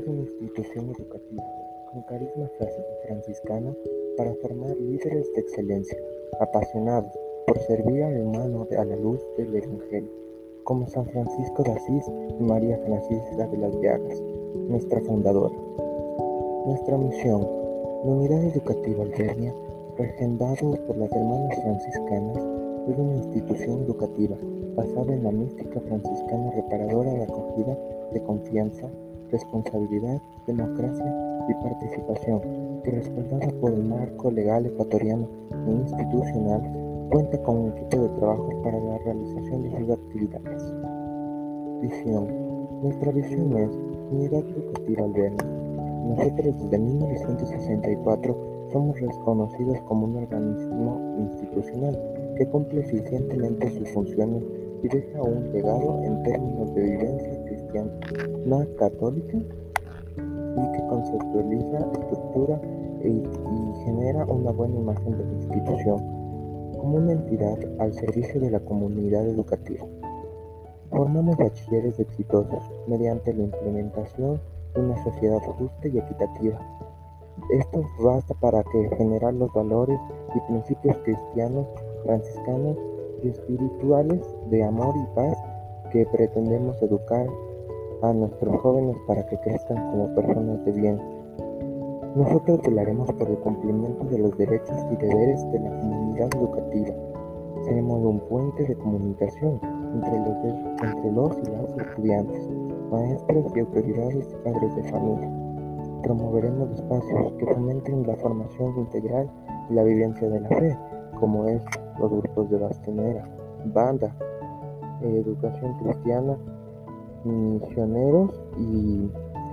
Somos una institución educativa con carisma franciscano para formar líderes de excelencia, apasionados por servir al humano a la luz del Evangelio, como San Francisco de Asís y María Francisca de las Llagas, nuestra fundadora. Nuestra misión, la Unidad Educativa Albernia, refrendado por las Hermanas Franciscanas, es una institución educativa basada en la mística franciscana reparadora de acogida, de confianza, responsabilidad, democracia y participación, que respaldada por el marco legal ecuatoriano e institucional, cuenta con un equipo de trabajo para la realización de sus actividades. Visión. Nuestra visión es Unidad Educativa Albernia. Nosotros desde 1964 somos reconocidos como un organismo institucional que cumple eficientemente sus funciones y deja un legado en términos de vivencia cristiana, no católica, y que conceptualiza, estructura y genera una buena imagen de la institución como una entidad al servicio de la comunidad educativa. Formamos bachilleres exitosos mediante la implementación de una sociedad justa y equitativa. Esto basta para generar los valores y principios cristianos, franciscanos y espirituales de amor y paz que pretendemos educar a nuestros jóvenes para que crezcan como personas de bien. Nosotros velaremos por el cumplimiento de los derechos y deberes de la comunidad educativa. Seremos un puente de comunicación entre los y las estudiantes, maestros y autoridades y padres de familia. Promoveremos espacios que fomenten la formación integral y la vivencia de la fe, como es los grupos de bastonera, banda, educación cristiana, misioneros y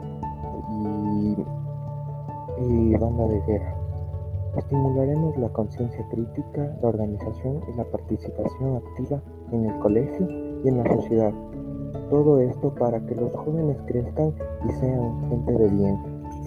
banda de guerra. Estimularemos la conciencia crítica, la organización y la participación activa en el colegio y en la sociedad. Todo esto para que los jóvenes crezcan y sean gente de bien.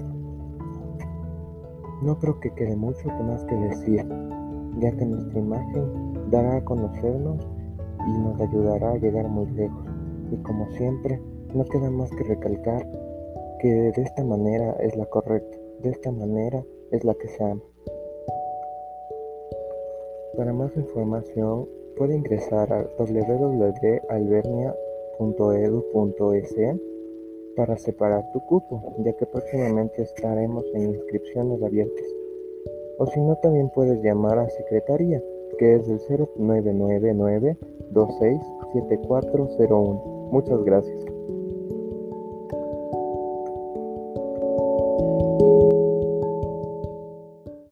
No creo que quede mucho más que decir, ya que nuestra imagen dará a conocernos y nos ayudará a llegar muy lejos. Y como siempre, no queda más que recalcar que de esta manera es la correcta, de esta manera es la que se ama. Para más información puede ingresar a www.albernia.edu.es para separar tu cupo, ya que próximamente estaremos en inscripciones abiertas. O si no, también puedes llamar a Secretaría, que es el 0999-267401. Muchas gracias.